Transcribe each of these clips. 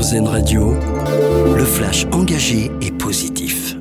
RZN Radio, le flash engagé et positif.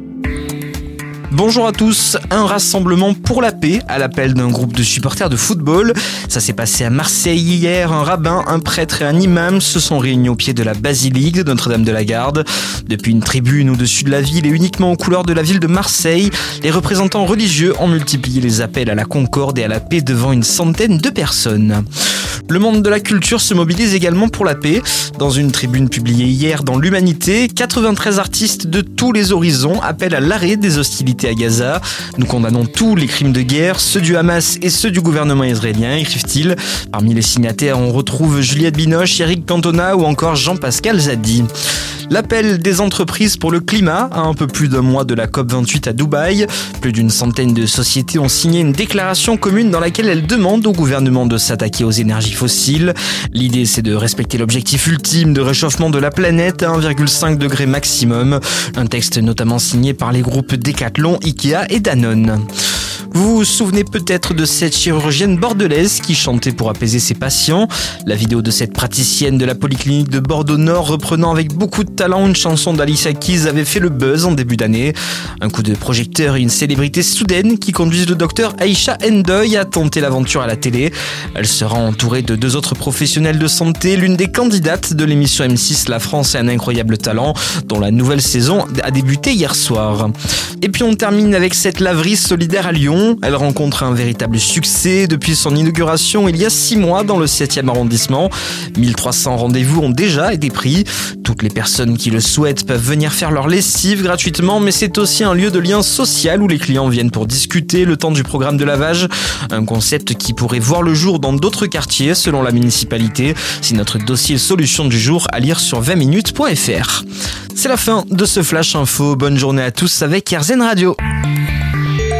Bonjour à tous, un rassemblement pour la paix à l'appel d'un groupe de supporters de football. Ça s'est passé à Marseille hier. Un rabbin, un prêtre et un imam se sont réunis au pied de la basilique de Notre-Dame-de-la-Garde. Depuis une tribune au-dessus de la ville et uniquement aux couleurs de la ville de Marseille, les représentants religieux ont multiplié les appels à la concorde et à la paix devant une centaine de personnes. Le monde de la culture se mobilise également pour la paix. Dans une tribune publiée hier dans l'Humanité, 93 artistes de tous les horizons appellent à l'arrêt des hostilités à Gaza. Nous condamnons tous les crimes de guerre, ceux du Hamas et ceux du gouvernement israélien, écrivent-ils. Parmi les signataires, on retrouve Juliette Binoche, Eric Cantona ou encore Jean-Pascal Zadi. L'appel des entreprises pour le climat à un peu plus d'un mois de la COP28 à Dubaï. Plus d'une centaine de sociétés ont signé une déclaration commune dans laquelle elles demandent au gouvernement de s'attaquer aux énergies fossiles. L'idée, c'est de respecter l'objectif ultime de réchauffement de la planète à 1,5 degré maximum. Un texte notamment signé par les groupes Decathlon, Ikea et Danone. Vous vous souvenez peut-être de cette chirurgienne bordelaise qui chantait pour apaiser ses patients. La vidéo de cette praticienne de la polyclinique de Bordeaux-Nord reprenant avec beaucoup de talent une chanson d'Alicia Keys avait fait le buzz en début d'année. Un coup de projecteur et une célébrité soudaine qui conduisent le docteur Aïcha Ndoye à tenter l'aventure à la télé. Elle sera entourée de deux autres professionnels de santé, l'une des candidates de l'émission M6 La France a un incroyable talent, dont la nouvelle saison a débuté hier soir. Et puis on termine avec cette laverie solidaire à Lyon. Elle rencontre un véritable succès depuis son inauguration il y a 6 mois dans le 7e arrondissement. 1300 rendez-vous ont déjà été pris. Toutes les personnes qui le souhaitent peuvent venir faire leur lessive gratuitement, mais c'est aussi un lieu de lien social où les clients viennent pour discuter le temps du programme de lavage. Un concept qui pourrait voir le jour dans d'autres quartiers selon la municipalité. C'est notre dossier solution du jour à lire sur 20minutes.fr. C'est la fin de ce Flash Info. Bonne journée à tous avec RZN Radio.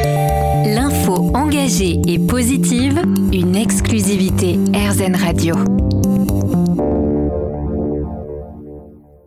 L'info engagée et positive, une exclusivité RZN Radio.